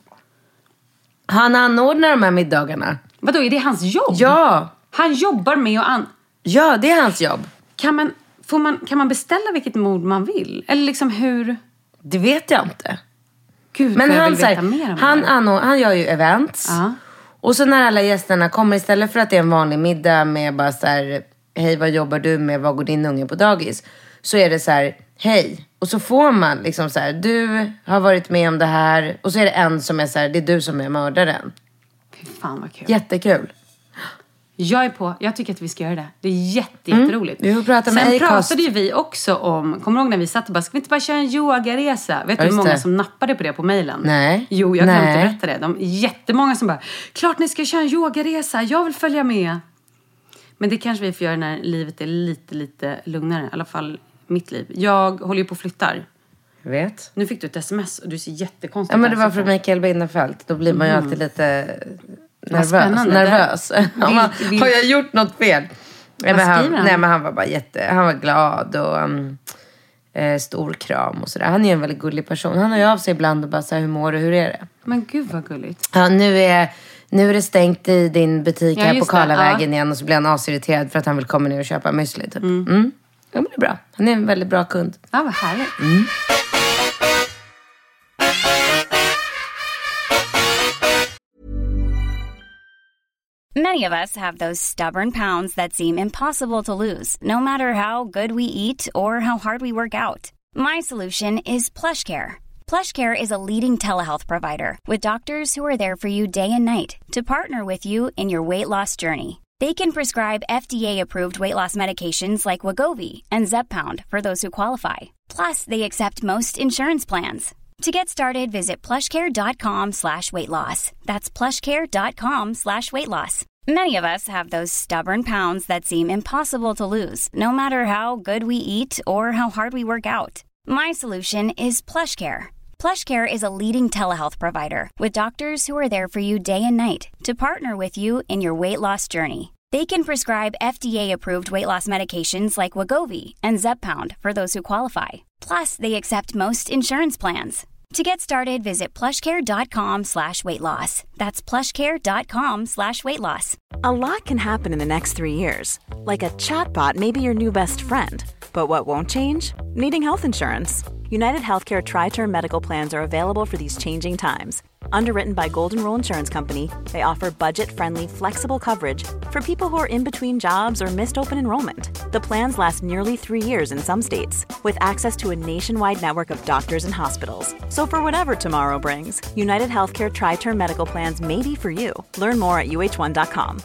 Han anordnar de här middagarna. Vadå, är det hans jobb? Ja. Han jobbar med att... An- ja, det är hans jobb. kan, man, får man, kan man beställa vilket mord man vill? Eller liksom hur... Det vet jag inte. Gud, men jag han, vill så här, veta mer om han, det. anor- han gör ju events. Ja. Och så när alla gästerna kommer, istället för att det är en vanlig middag med bara så här, hej, vad jobbar du med? Vad går din unge på dagis? Så är det så här, hej. Och så får man liksom så här, du har varit med om det här. Och så är det en som är så här, det är du som är mördaren. Fy fan vad kul. Jättekul. Jag är på, jag tycker att vi ska göra det. Det är jätte, jätteroligt. Mm. Vi får prata med Sen Acast. pratade ju vi också om, kommer du ihåg när vi satt och bara, ska vi inte bara köra en yogaresa? Vet du hur många det. som nappade på det på mejlen? Nej. Jo, jag kan Nej. inte berätta det. De jättemånga som bara, klart ni ska köra en yogaresa, jag vill följa med. Men det kanske vi får göra när livet är lite, lite lugnare. I alla fall mitt liv. Jag håller ju på och flyttar. Jag vet. Nu fick du ett sms och du ser jättekonstigt. Ja, men det var från Mikael Binderfeldt. Då blir man ju alltid lite nervös. nervös. Man, har jag gjort något fel? Nej, men han, han? nej, men han var bara jätte... Han var glad och... Um, eh, stor kram och sådär. Han är en väldigt gullig person. Han har ju av sig ibland och bara så här, hur mår du? Hur är det? Men gud vad gulligt. Ja, nu är... Nu är det stängt i din butik ja, här på Karlavägen ja. igen. Och så blir han asirriterad för att han vill komma ner och köpa müsli typ. Mm. Mm. Ja, men det är bra. Han är en väldigt bra kund. Ja, vad härligt. Mm. Many of us have those stubborn pounds that seem impossible to lose, no matter how good we eat or how hard we work out. My solution is PlushCare. PlushCare is a leading telehealth provider with doctors who are there for you day and night to partner with you in your weight loss journey. They can prescribe F D A-approved weight loss medications like Wegovy and Zepbound for those who qualify. Plus, they accept most insurance plans. To get started, visit plushcare.com slash weight loss. That's plushcare.com slash weight loss. Many of us have those stubborn pounds that seem impossible to lose, no matter how good we eat or how hard we work out. My solution is PlushCare. PlushCare is a leading telehealth provider with doctors who are there for you day and night to partner with you in your weight loss journey. They can prescribe F D A-approved weight loss medications like Wegovy and Zepbound for those who qualify. Plus, they accept most insurance plans. To get started, visit plushcare.com slash weight loss. That's plushcare.com slash weight loss. A lot can happen in the next three years. Like a chatbot may be your new best friend. But what won't change? Needing health insurance. United Healthcare Tri-Term Medical Plans are available for these changing times. Underwritten by Golden Rule Insurance Company, they offer budget-friendly, flexible coverage for people who are in between jobs or missed open enrollment. The plans last nearly three years in some states, with access to a nationwide network of doctors and hospitals. So for whatever tomorrow brings, United Healthcare Tri-Term Medical Plans may be for you. Learn more at u h one dot com.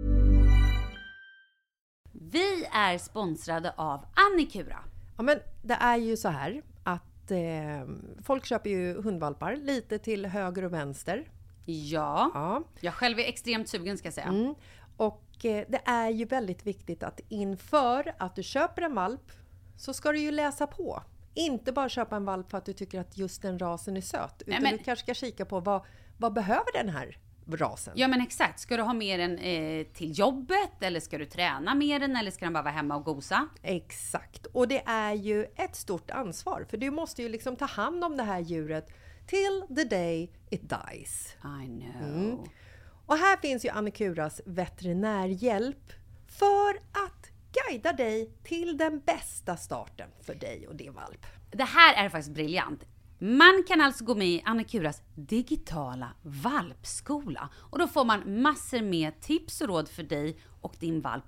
Vi är sponsrade av Annikura. Ja, men det är ju så här att eh, folk köper ju hundvalpar lite till höger och vänster. Ja, ja. Jag själv är extremt sugen ska jag säga. Mm. Och eh, det är ju väldigt viktigt att inför att du köper en valp så ska du ju läsa på. Inte bara köpa en valp för att du tycker att just den rasen är söt. Utan Nej, men... du kanske ska kika på vad, vad behöver den här rasen. Ja men exakt, ska du ha med den eh, till jobbet eller ska du träna med den eller ska den bara vara hemma och gosa? Exakt, och det är ju ett stort ansvar för du måste ju liksom ta hand om det här djuret till the day it dies. I know. Mm. Och här finns ju Annikuras veterinärhjälp för att guida dig till den bästa starten för dig och din valp. Det här är faktiskt briljant. Man kan alltså gå med i Annikuras digitala valpskola. Och då får man massor med tips och råd för dig och din valp.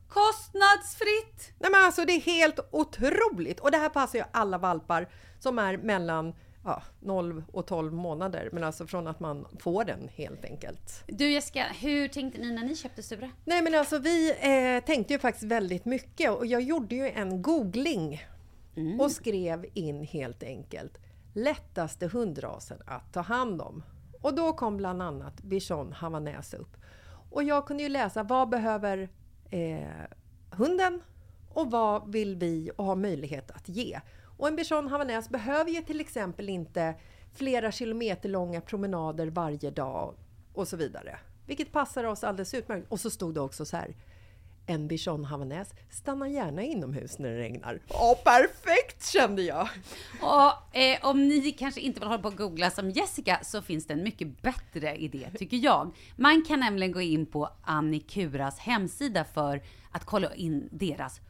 Kostnadsfritt! Nej men alltså det är helt otroligt. Och det här passar ju alla valpar som är mellan ja, noll och tolv månader. Men alltså från att man får den helt enkelt. Du Jessica, hur tänkte ni när ni köpte Sture? Nej men alltså vi eh, tänkte ju faktiskt väldigt mycket. Och jag gjorde ju en googling. Mm. Och skrev in helt enkelt lättaste hundrasen att ta hand om. Och då kom bland annat Bichon Havanäs upp. Och jag kunde ju läsa vad behöver eh, hunden och vad vill vi och ha möjlighet att ge. Och en Bichon Havanäs behöver ju till exempel inte flera kilometer långa promenader varje dag och så vidare. Vilket passar oss alldeles utmärkt. Och så stod det också så här. En Bichon Havanäs stannar gärna inomhus när det regnar. Åh, perfekt kände jag! Och eh, om ni kanske inte vill hålla på att googla som Jessica så finns det en mycket bättre idé tycker jag. Man kan nämligen gå in på Annikuras hemsida för att kolla in deras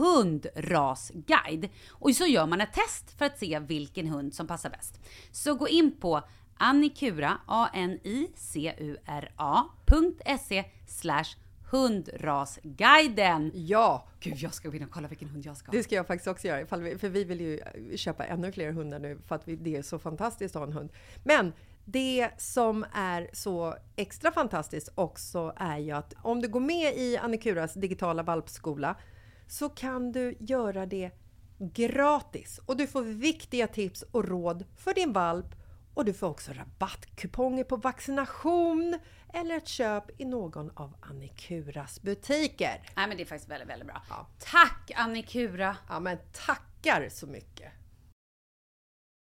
hundrasguide. Och så gör man ett test för att se vilken hund som passar bäst. Så gå in på Annikura, A N I C U R A punkt se slash hundrasguiden. Ja. Gud, jag ska gå in och kolla vilken hund jag ska ha. Det ska jag faktiskt också göra. Ifall vi, för vi vill ju köpa ännu fler hundar nu. För att vi, det är så fantastiskt att ha en hund. Men det som är så extra fantastiskt också är ju att om du går med i Annikuras digitala valpskola så kan du göra det gratis. Och du får viktiga tips och råd för din valp. Och du får också rabattkuponger på vaccination eller ett köp i någon av Annikuras butiker. Nej, men det är faktiskt väldigt, väldigt bra. Ja. Tack Annikura! Ja, men tackar så mycket.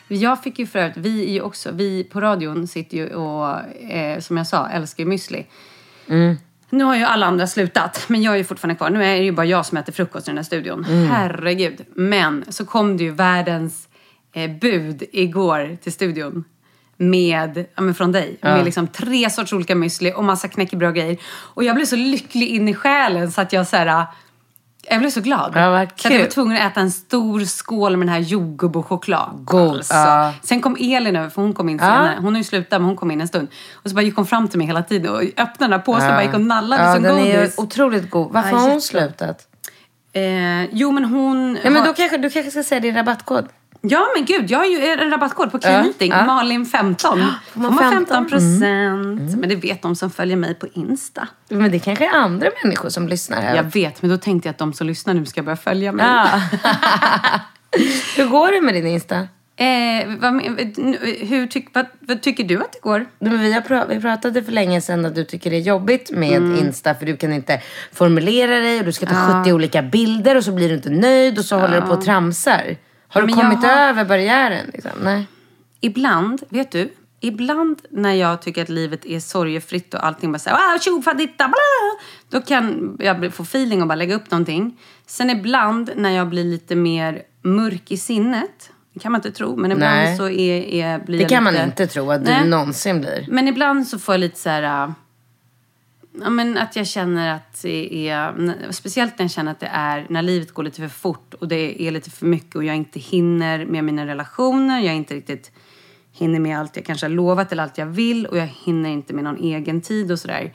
Jag fick ju för övrigt, vi är ju också, vi på radion sitter ju och, eh, som jag sa, älskar ju müsli. Mm. Nu har ju alla andra slutat, men jag är ju fortfarande kvar. Nu är det ju bara jag som äter frukost i den här studion. Mm. Herregud. Men så kom det ju världens eh, bud igår till studion. Med, ja men från dig. Ja. Med liksom tre sorts olika müsli och massa knäckebröd och grejer. Och jag blev så lycklig in i själen så att jag så här... Jag blev så glad. Ja, vad så att jag var tvungen att äta en stor skål med den här jordgubb och choklad. God. Alltså. Ja. Sen kom Elin över, för hon kom in senare. Ja. Hon har ju slutat, men hon kom in en stund. Och så bara gick hon fram till mig hela tiden och öppnade den här påsen. Ja. Och bara gick och nallade ja, som den godis. Den är otroligt god. Varför ja, har hon slutat? Eh, jo, men hon... Ja, men har... då kanske, du kanske ska säga din rabattkod. Ja, men gud, jag har ju en rabattkod på Clean Eating. Ja. Malin femton. Får man femton procent. Mm. Mm. Men det vet de som följer mig på Insta. Men det kanske är andra människor som lyssnar här. Jag vet, men då tänkte jag att de som lyssnar nu ska börja följa mig. Ja. Hur går det med din Insta? Eh, vad, hur tyck, vad, vad tycker du att det går? Men vi, har pra- vi pratade för länge sedan att du tycker det är jobbigt med mm. Insta. För du kan inte formulera dig och du ska ta ja. sjuttio olika bilder och så blir du inte nöjd och så ja. håller du på och tramsar. Har du kommit har... över barriären? Liksom? Nej. Ibland, vet du, ibland när jag tycker att livet är sorgefritt och allting bara såhär, ah, tjofaditta, då kan jag få feeling och bara lägga upp någonting. Sen ibland när jag blir lite mer mörk i sinnet, det kan man inte tro, men ibland Nej. så är, är, blir det jag kan lite... man inte tro att du Nej. någonsin blir. Men ibland så får jag lite så här... Ja, men att jag känner att det är... Speciellt när jag känner att det är... När livet går lite för fort och det är lite för mycket och jag inte hinner med mina relationer. Jag inte riktigt hinner med allt jag kanske har lovat eller allt jag vill. Och jag hinner inte med någon egen tid och sådär.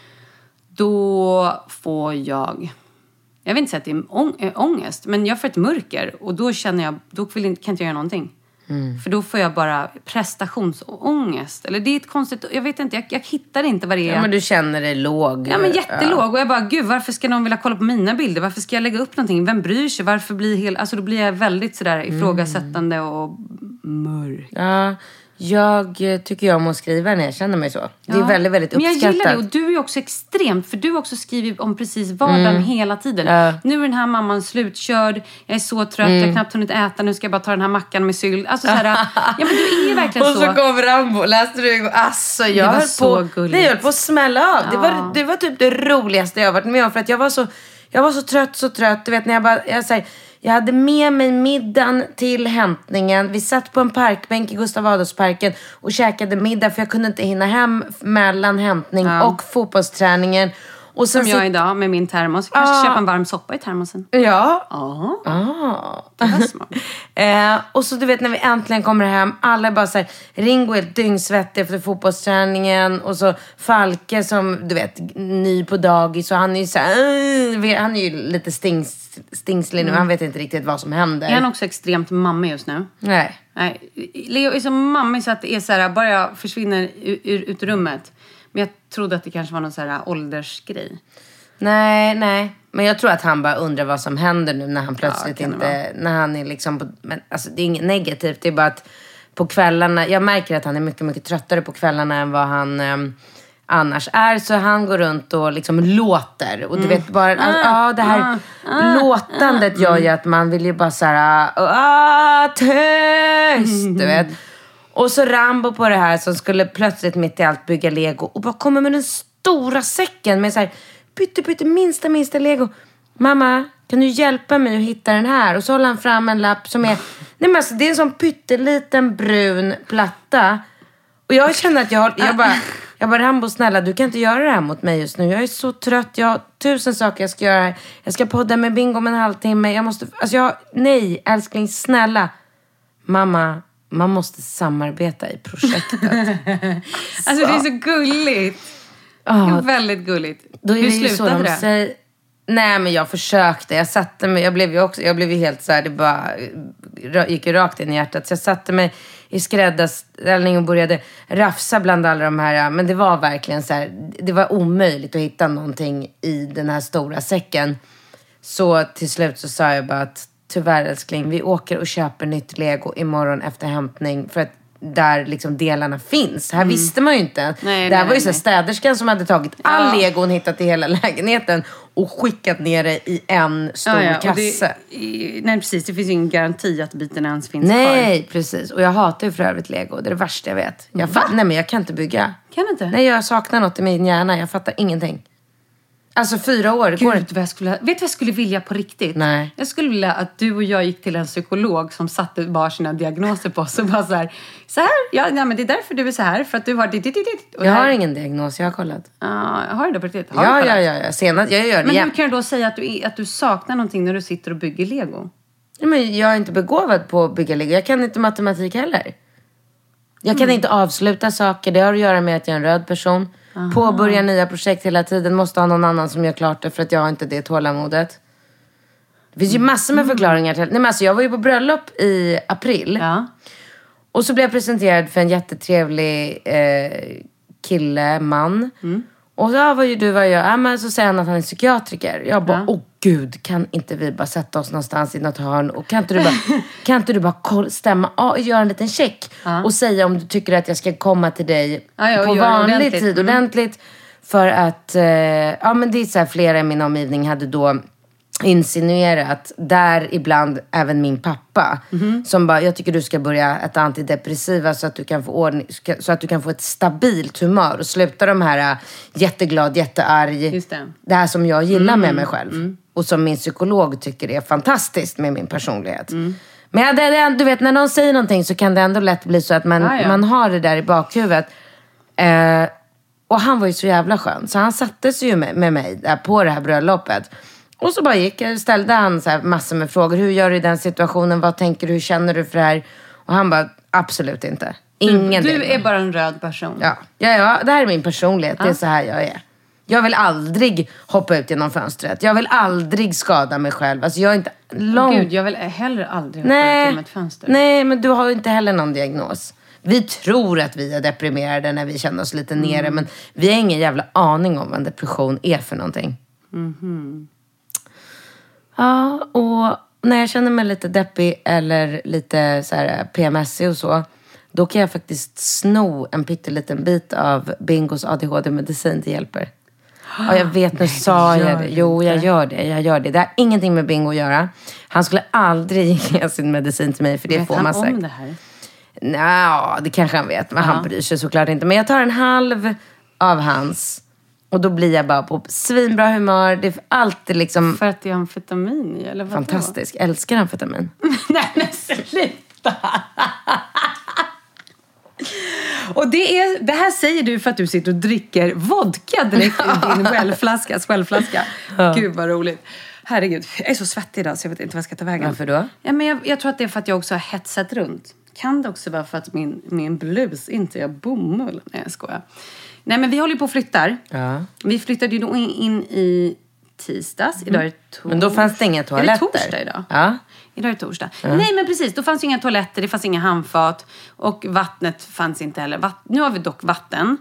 Då får jag... Jag vill inte säga att det är ång- ångest. Men jag får ett mörker. Och då känner jag... Då vill inte, kan inte jag göra någonting. Mm. För då får jag bara prestationsångest. Eller det är ett konstigt... Jag vet inte, jag, jag hittar inte vad det är. Ja, men du känner dig låg. Ja, men jättelåg. Ja. Och jag bara, gud, varför ska någon vilja kolla på mina bilder? Varför ska jag lägga upp någonting? Vem bryr sig? Varför blir hela... Alltså då blir jag väldigt sådär ifrågasättande mm. och mörk. Ja, jag tycker jag om att skriva när jag känner mig så. Det är ja. väldigt, väldigt uppskattat. Men jag gillar det. Och du är ju också extremt. För du också skriver om precis vardagen mm. hela tiden. Ja. Nu är den här mamman slutkörd. Jag är så trött. Mm. Jag har knappt hunnit äta. Nu ska jag bara ta den här mackan med sylt. Alltså så här, ja, men du är ju verkligen och så. Och så kom Rambo. Läste du igår? Alltså, jag höll på, nej, jag höll på att smälla av. Ja. Det, var, det var typ det roligaste jag har varit med om. För att jag var så, jag var så trött, så trött. Du vet, när jag bara... Jag säger, jag hade med mig middagen till hämtningen. Vi satt på en parkbänk i Gustav Adolfsparken och käkade middag för jag kunde inte hinna hem mellan hämtning ja. och fotbollsträningen. Och Som jag sitt... idag med min termos. Kanske ah. köpa en varm soppa i termosen. Ja. Ah. Ah. Det var smart. eh, och så du vet när vi äntligen kommer hem. Alla är bara så här. Ringo är helt dyngsvettig efter fotbollsträningen. Och så Falke som du vet ny på dagis. Så han är ju så här, han är ju lite stings, stingslig nu. Mm. Han vet inte riktigt vad som händer. Är han också extremt mammig just nu? Nej. Nej. Leo är så mammig så att det är så här. Bara jag försvinner ur, ur, ut ur rummet. Men jag trodde att det kanske var någon sån här åldersgrej. Nej, nej. Men jag tror att han bara undrar vad som händer nu när han plötsligt ja, inte... När han är liksom... På, men alltså det är inget negativt. Det är bara att på kvällarna... Jag märker att han är mycket, mycket tröttare på kvällarna än vad han um, annars är. Så han går runt och liksom låter. Och du mm. vet bara... Ja, ah, ah, det här ah, ah, låtandet ah, gör ju att man vill ju bara så här... Ah, tyst! Mm. Du vet... Och så Rambo på det här som skulle plötsligt mitt i allt bygga Lego. Och bara kommer med den stora säcken med så här pytte pytte minsta minsta Lego. Mamma, kan du hjälpa mig att hitta den här? Och så håller han fram en lapp som är... Nej men alltså, det är en sån pytteliten brun platta. Och jag känner att jag, jag bara... Jag bara, Rambo snälla, du kan inte göra det här mot mig just nu. Jag är så trött, jag har tusen saker jag ska göra här. Jag ska podda med Bingo om en halvtimme. Jag måste... Alltså jag... Nej, älskling, snälla. Mamma... Man måste samarbeta i projektet. Alltså det är så gulligt. Oh. Det är väldigt gulligt. Då är Hur det ju slutade så de det? Säger... Nej men jag försökte. Jag satte mig. Jag blev ju också. Jag blev ju helt så här. Det bara gick ju rakt in i hjärtat. Så jag satte mig i skräddarställning och började rafsa bland alla de här. Men det var verkligen så här. Det var omöjligt att hitta någonting i den här stora säcken. Så till slut så sa jag bara att tyvärr älskling, vi åker och köper nytt Lego imorgon efter hämtning. För att där liksom delarna finns. Här mm. visste man ju inte. Nej, det här nej, var ju så nej. städerskan som hade tagit all ja. lego hon hittat i hela lägenheten och skickat ner det i en stor ja, ja. kasse. Det, nej, precis. Det finns ju ingen garanti att biten ens finns nej, kvar. Nej, precis. Och jag hatar ju för övrigt lego. Det är det värsta jag vet. Jag fatt, nej, men jag kan inte bygga. Kan du inte? Nej, jag saknar något i min hjärna. Jag fattar ingenting. Alltså fyra år. Gud, går det... vad jag skulle, vet du vad jag skulle vilja på riktigt? Nej. Jag skulle vilja att du och jag gick till en psykolog som satte bara sina diagnoser på oss och bara så här, så här, ja, ja men det är därför du är så här, för att du har dit, dit, dit. Och jag här... har ingen diagnos, jag har kollat. Ja, uh, har du det på riktigt? Har ja, du ja, ja, ja, senast, jag gör det. Men ja. hur kan du då säga att du, att du saknar någonting när du sitter och bygger lego? Ja, men jag är inte begåvad på att bygga lego, jag kan inte matematik heller. Jag kan mm. inte avsluta saker, det har att göra med att jag är en röd person. Aha. Påbörja nya projekt hela tiden. Måste ha någon annan som gör klart det för att jag har inte det tålamodet. Det finns ju massor med förklaringar till. Nej, men alltså, jag var ju på bröllop i april. Ja. Och så blev jag presenterad för en jättetrevlig eh, kille, man. Mm. Och så ja, vad gör du, vad gör jag? Ja, men så säger han att han är psykiatriker. Jag bara, åh ja. oh, gud, kan inte vi bara sätta oss någonstans i något hörn? Och kan inte du bara, kan inte du bara koll, stämma och göra en liten check? Ja. Och säga om du tycker att jag ska komma till dig ja, ja, på vanlig ordentligt. tid, ordentligt. Mm. För att, eh, ja men det är så här, flera i min omgivning hade då insinuerat, där ibland även min pappa mm-hmm. som bara, jag tycker du ska börja äta antidepressiva så att du kan få ordning, så att du kan få ett stabilt humör och sluta de här jätteglad, jättearg, Just det. det här som jag gillar mm. med mig själv mm. och som min psykolog tycker är fantastiskt med min personlighet. Mm. Men ja, det, det, du vet, när någon säger någonting så kan det ändå lätt bli så att man, ah, ja. man har det där i bakhuvudet. Eh, och han var ju så jävla skön, så han satte sig ju med, med mig där på det här bröllopet. Och så bara gick, ställde han så här massor med frågor. Hur gör du i den situationen? Vad tänker du? Hur känner du för det här? Och han bara, absolut inte. Ingen Du, du är bara en röd person. Ja. Ja, ja, det här är min personlighet. Ja. Det är så här jag är. Jag vill aldrig hoppa ut genom fönstret. Jag vill aldrig skada mig själv. Alltså jag är inte lång... Gud, jag vill heller aldrig hoppa ut genom ett fönster. Nej, men du har ju inte heller någon diagnos. Vi tror att vi är deprimerade när vi känner oss lite mm. nere. Men vi har ingen jävla aning om vad en depression är för någonting. Mhm. Ja, och när jag känner mig lite deppig eller lite så här P M S och så, då kan jag faktiskt sno en pytteliten bit av Bingos A D H D-medicin till hjälper. Ja, jag vet, nu sa jag det. Jo, jag gör det, jag gör det. Det har ingenting med Bingo att göra. Han skulle aldrig ge sin medicin till mig, för det vet får man säkert. Vet han om det här? Nja, det kanske han vet, men ja. han bryr sig såklart inte. Men jag tar en halv av hans. Och då blir jag bara på svinbra humör. Det är alltid liksom... För att det är amfetamin i, eller vad? Fantastiskt. Jag älskar amfetamin. Nej, men sluta. Och det, är, det här säger du för att du sitter och dricker vodka direkt ur din wellflaska. Swellflaska. Ja. Gud, vad roligt. Herregud, jag är så svettig idag så jag vet inte vad jag ska ta vägen. Varför då? Ja, men jag, jag tror att det är för att jag också har hetsat runt. Kan det också vara för att min, min blus inte är bomull? Nej, jag skojar. Nej, men vi håller ju på och flyttar. Ja. Vi flyttade ju då in, in i tisdags. Mm. Idag är det torsdag. Men då fanns det inga toaletter. Är det torsdag idag? Ja. Idag är det torsdag. Ja. Nej, men precis. Då fanns ju inga toaletter. Det fanns inga handfat. Och vattnet fanns inte heller. Vatt- nu har vi dock vatten.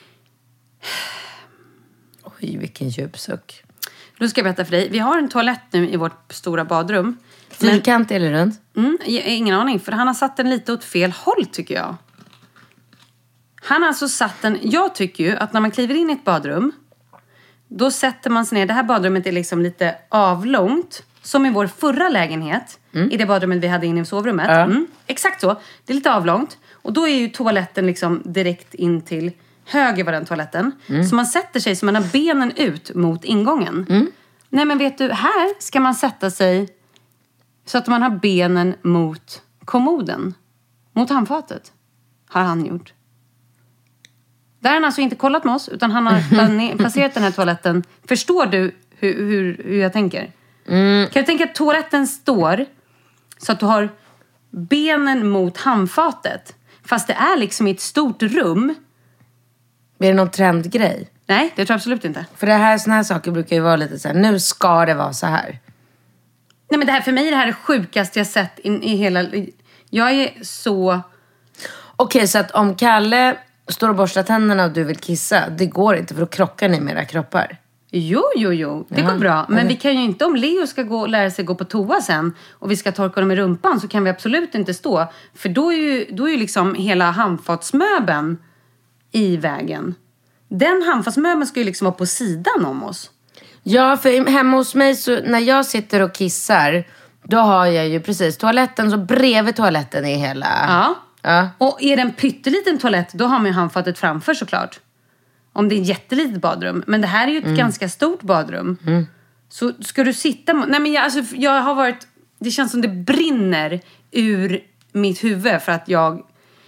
Oj, vilken djupsuck. Då ska jag berätta för dig. Vi har en toalett nu i vårt stora badrum. Fyrkant eller runt? Mm, ingen aning. För han har satt den lite åt fel håll, tycker jag. Han har alltså satt den... Jag tycker ju att när man kliver in i ett badrum, då sätter man sig ner. Det här badrummet är liksom lite avlångt. Som i vår förra lägenhet. Mm. I det badrummet vi hade inne i sovrummet. Ja. Mm, exakt så. Det är lite avlångt. Och då är ju toaletten liksom direkt in till höger var den toaletten. Mm. Så man sätter sig så man har benen ut mot ingången. Mm. Nej, men vet du, här ska man sätta sig så att man har benen mot kommoden. Mot handfatet. Har han gjort. Där har han alltså inte kollat med oss, utan han har placerat den här toaletten. Förstår du hur, hur, hur jag tänker? Mm. Kan du tänka att toaletten står så att du har benen mot handfatet, fast det är liksom i ett stort rum? Är det någon trendgrej? Nej, det tror jag absolut inte. För det här, såna här saker brukar ju vara lite så här, nu ska det vara så här. Nej, men det här, för mig är det här det sjukaste jag sett in, i hela... Jag är så... Okej, så att om Kalle står och borstar tänderna och du vill kissa, det går inte, för då krockar ni med era kroppar. Jo, jo, jo. Det Jaha. går bra. Men Okej. vi kan ju inte, om Leo ska gå och lära sig gå på toa sen och vi ska torka dem i rumpan, så kan vi absolut inte stå. För då är ju, då är ju liksom hela handfatsmöbeln i vägen. Den handfatsmöbeln ska ju liksom vara på sidan om oss. Ja, för hemma hos mig så när jag sitter och kissar, då har jag ju precis toaletten, så bredvid toaletten är hela... Ja. Ja. Och är det en pytteliten toalett, då har man ju handfatet framför såklart. Om det är ett jättelitet badrum. Men det här är ju ett mm. ganska stort badrum. Mm. Så ska du sitta... Nej, men jag, alltså, jag har varit... Det känns som det brinner ur mitt huvud för att jag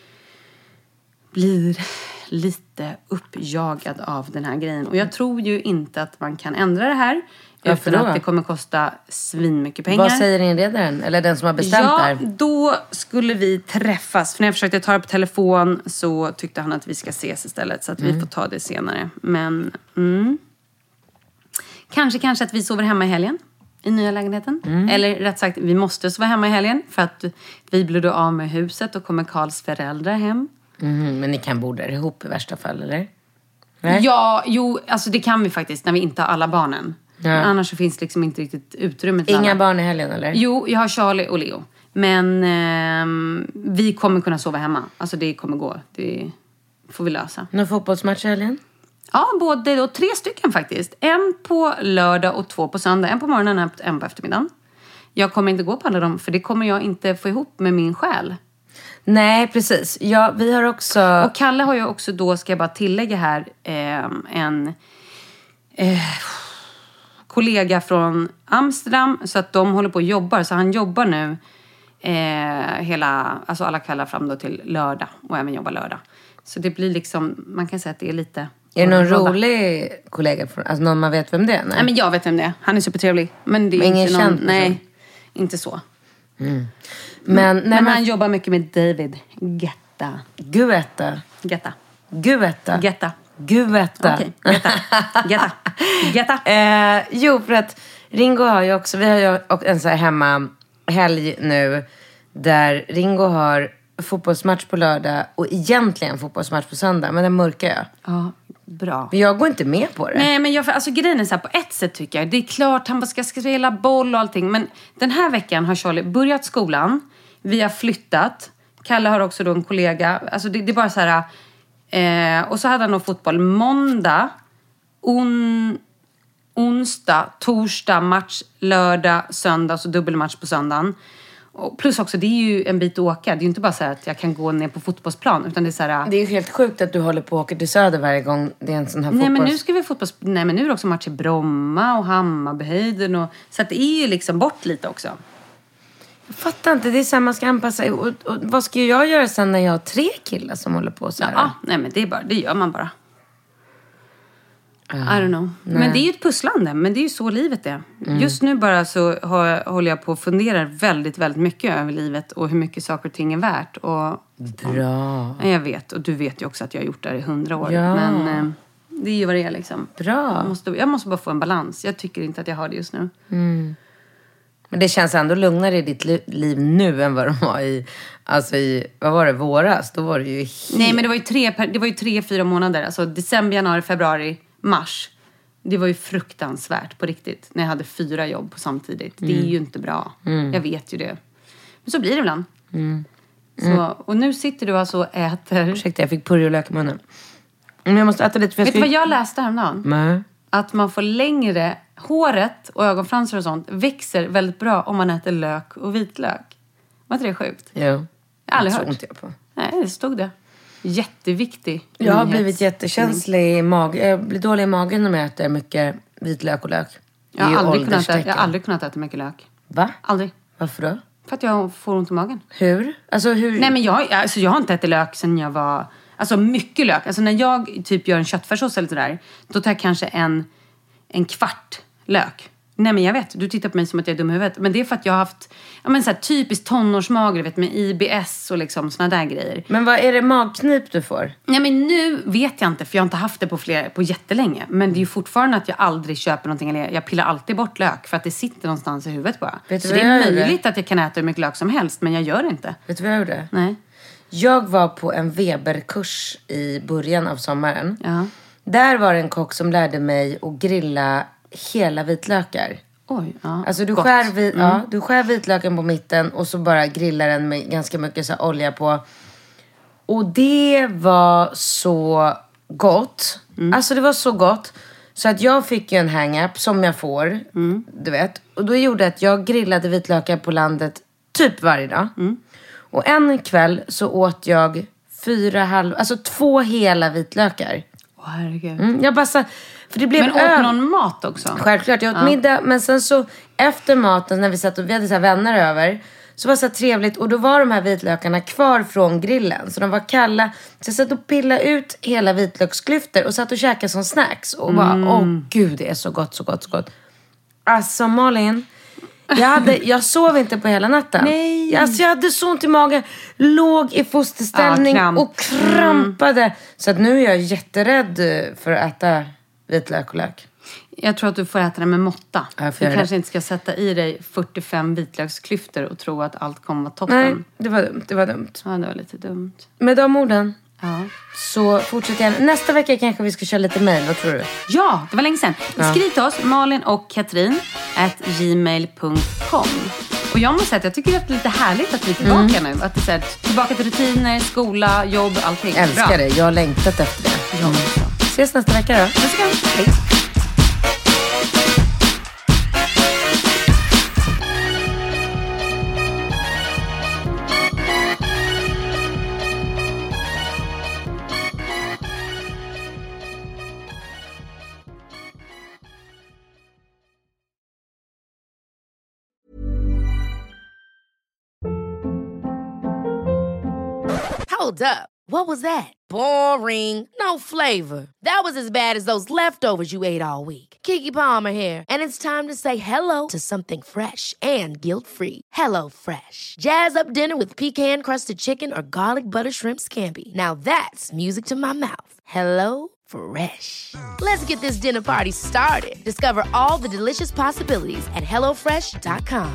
blir lite uppjagad av den här grejen. Och jag tror ju inte att man kan ändra det här. Utan att det kommer kosta svinmycket pengar. Vad säger inredaren? Eller den som har bestämt ja, det här? Ja, då skulle vi träffas. För när jag försökte ta det på telefon så tyckte han att vi ska ses istället. Så att mm. vi får ta det senare. Men mm. kanske, kanske att vi sover hemma i helgen. I nya lägenheten. Mm. Eller rätt sagt, vi måste sova hemma i helgen. För att vi blir då av med huset och kommer Karls föräldrar hem. Mm, men ni kan bo där ihop i värsta fall, eller? Nej? Ja, jo, alltså det kan vi faktiskt när vi inte har alla barnen. Ja. Men annars så finns det liksom inte riktigt utrymme till Inga alla. barn i helgen, eller? Jo, jag har Charlie och Leo. Men eh, vi kommer kunna sova hemma. Alltså det kommer gå. Det får vi lösa. Någon fotbollsmatch i helgen? Ja, både då, tre stycken faktiskt. En på lördag och två på söndag. En på morgonen och en på eftermiddagen. Jag kommer inte gå på alla dem, för det kommer jag inte få ihop med min själ. Nej, precis. Ja, vi har också... Och Kalle har ju också då, ska jag bara tillägga här, eh, en eh, kollega från Amsterdam. Så att de håller på och jobbar. Så han jobbar nu eh, hela, alltså alla kvällar fram då till lördag. Och även jobbar lördag. Så det blir liksom, man kan säga att det är lite... Är det någon rolig kollega? Från, alltså någon man vet vem det är? Nej, nej men jag vet vem det är. Han är supertrevlig. Men det är men inte ingen någon... känd Nej, inte så. Mm. Men, nej, men men han jobbar mycket med David Guetta. Guetta. Guetta. Guetta. Guetta. Guetta. Okej, okay. Guetta. Guetta. Guetta. eh, jo, för att Ringo har ju också... Vi har ju en så här hemma helg nu. Där Ringo har fotbollsmatch på lördag. Och egentligen fotbollsmatch på söndag. Men den mörkar jag. Ja, bra. Men jag går inte med på det. Nej, men jag, alltså grejen är så här, på ett sätt tycker jag. Det är klart han ska spela boll och allting. Men den här veckan har Charlie börjat skolan. Vi har flyttat. Kalle har också då en kollega. Alltså det, det är bara så här... Eh, och så hade han nog fotboll måndag, on, onsdag, torsdag, match, lördag, söndag. Så dubbelmatch på söndagen. Och plus också, det är ju en bit att åka. Det är ju inte bara så här att jag kan gå ner på fotbollsplan. Utan det är så här... Det är ju helt sjukt att du håller på att åka till Söder varje gång det är en sån här Nej, fotbolls... men nu ska vi fotbolls... Nej, men nu är det också match i Bromma och Hammarbyhöjden. Och... Så att det är ju liksom bort lite också. Jag fattar inte. Det är så här man ska anpassa. Och, och vad ska jag göra sen när jag har tre killar som håller på så här? Ja, nej men det är bara... Det gör man bara. Uh, I don't know. Nej. Men det är ju ett pusslande. Men det är ju så livet är. Mm. Just nu bara så har, håller jag på att fundera väldigt, väldigt mycket över livet. Och hur mycket saker och ting är värt. Och, Bra. Och, jag vet. Och du vet ju också att jag har gjort det här i hundra år. Ja. Men eh, det är ju vad det är liksom. Bra. Jag måste, jag måste bara få en balans. Jag tycker inte att jag har det just nu. Mm. Men det känns ändå lugnare i ditt liv nu än vad det var i, alltså i, vad var det, våras? Då var det ju helt... Nej, men det var ju tre, det var ju tre, fyra månader. Alltså december, januari, februari, mars. Det var ju fruktansvärt på riktigt. När jag hade fyra jobb på samtidigt. Mm. Det är ju inte bra. Mm. Jag vet ju det. Men så blir det ibland. Mm. Mm. Så, och nu sitter du alltså och äter... Ursäkta, jag fick purjolök i munnen. Men jag måste äta lite. För jag vet ska... du vad jag läste häromdagen? Nej. Att man får längre... Håret och ögonfransar och sånt växer väldigt bra om man äter lök och vitlök. Var inte det sjukt? Jo. Jag har aldrig hört. Inte jag på. Nej, det stod det. Jätteviktig. Jag har blivit jättekänslig i magen. Jag blir dålig i magen om jag äter mycket vitlök och lök. Jag har, aldrig kunnat äta, jag har aldrig kunnat äta mycket lök. Va? Aldrig. Varför då? För att jag får ont i magen. Hur? Alltså hur? Nej, men jag, alltså, jag har inte ätit lök sedan jag var... Alltså mycket lök. Alltså när jag typ gör en köttfärssås eller sådär. Då tar jag kanske en, en kvart lök. Nej, men jag vet. Du tittar på mig som att jag är dum i huvudet. Men det är för att jag har haft... Ja, men så här, typiskt tonårsmager, vet, med I B S och liksom såna där grejer. Men vad är det, magknip du får? Ja, men nu vet jag inte. För jag har inte haft det på, fler, på jättelänge. Men det är ju fortfarande att jag aldrig köper någonting. Eller jag pillar alltid bort lök. För att det sitter någonstans i huvudet bara. Vet du så vad det är jag möjligt gjorde? att jag kan äta hur mycket lök som helst. Men jag gör det inte. Vet du vad jag gjorde? Nej. Jag var på en Weberkurs i början av sommaren. Ja. Där var det en kock som lärde mig att grilla hela vitlökar. Oj, ja. Alltså du Gott. skär, vit, mm. ja, du skär vitlöken på mitten och så bara grillar den med ganska mycket så här olja på. Och det var så gott. Mm. Alltså det var så gott. Så att jag fick ju en hang-up som jag får. Mm. Du vet. Och då gjorde att jag grillade vitlökar på landet typ varje dag. Mm. Och en kväll så åt jag fyra halv... Alltså två hela vitlökar. Åh, herregud. Mm, jag bara så, för det blev men åt ö- någon mat också? Självklart, jag åt ja. middag. Men sen så efter maten när vi satt och vi hade så här vänner över. Så var det så här trevligt. Och då var de här vitlökarna kvar från grillen. Så de var kalla. Så jag satt och pillade ut hela vitlöksklyftor. Och satt och käkade som snacks. Och bara, mm. åh gud det är så gott, så gott, så gott. Alltså Malin. Jag, hade, jag sov inte på hela natten. Nej. Alltså jag hade så ont i magen. Låg i fosterställning ja, kramp. och krampade. Mm. Så att nu är jag jätterädd för att äta vitlök och lök. Jag tror att du får äta det med måtta. Ja, du kanske det. inte ska sätta i dig fyrtiofem vitlöksklyftor och tro att allt kommer vara toppen. Nej, det var dumt. Det var dumt. Ja, det var lite dumt. Med de orden ja. så fortsätter jag. Nästa vecka kanske vi ska köra lite mejl. Vad tror du? Ja, det var länge sedan. Ja. Skriv till oss, Malin och Katrin at gmail punkt com. Och jag måste säga att jag tycker att det är lite härligt att vi är tillbaka mm. nu. Att det är så här, tillbaka till rutiner, skola, jobb, allting. Älskar Bra. det. Jag har längtat efter det. Jag också. Ses nästa vecka då. Puss och kram. Hej. Hold up. What was that? Boring. No flavor. That was as bad as those leftovers you ate all week. Keke Palmer here, and it's time to say hello to something fresh and guilt-free. Hello Fresh. Jazz up dinner with pecan-crusted chicken or garlic butter shrimp scampi. Now that's music to my mouth. Hello Fresh. Let's get this dinner party started. Discover all the delicious possibilities at hello fresh dot com.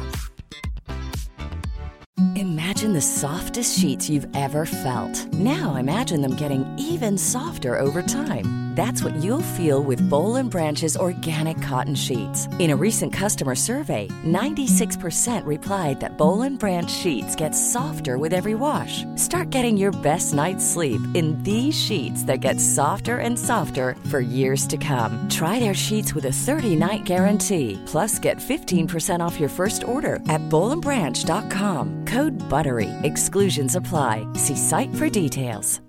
Imagine the softest sheets you've ever felt. Now imagine them getting even softer over time. That's what you'll feel with Boll and Branch's organic cotton sheets. In a recent customer survey, ninety-six percent replied that Boll and Branch sheets get softer with every wash. Start getting your best night's sleep in these sheets that get softer and softer for years to come. Try their sheets with a thirty-night guarantee. Plus, get fifteen percent off your first order at boll and branch dot com. Code BUTTERY. Exclusions apply. See site for details.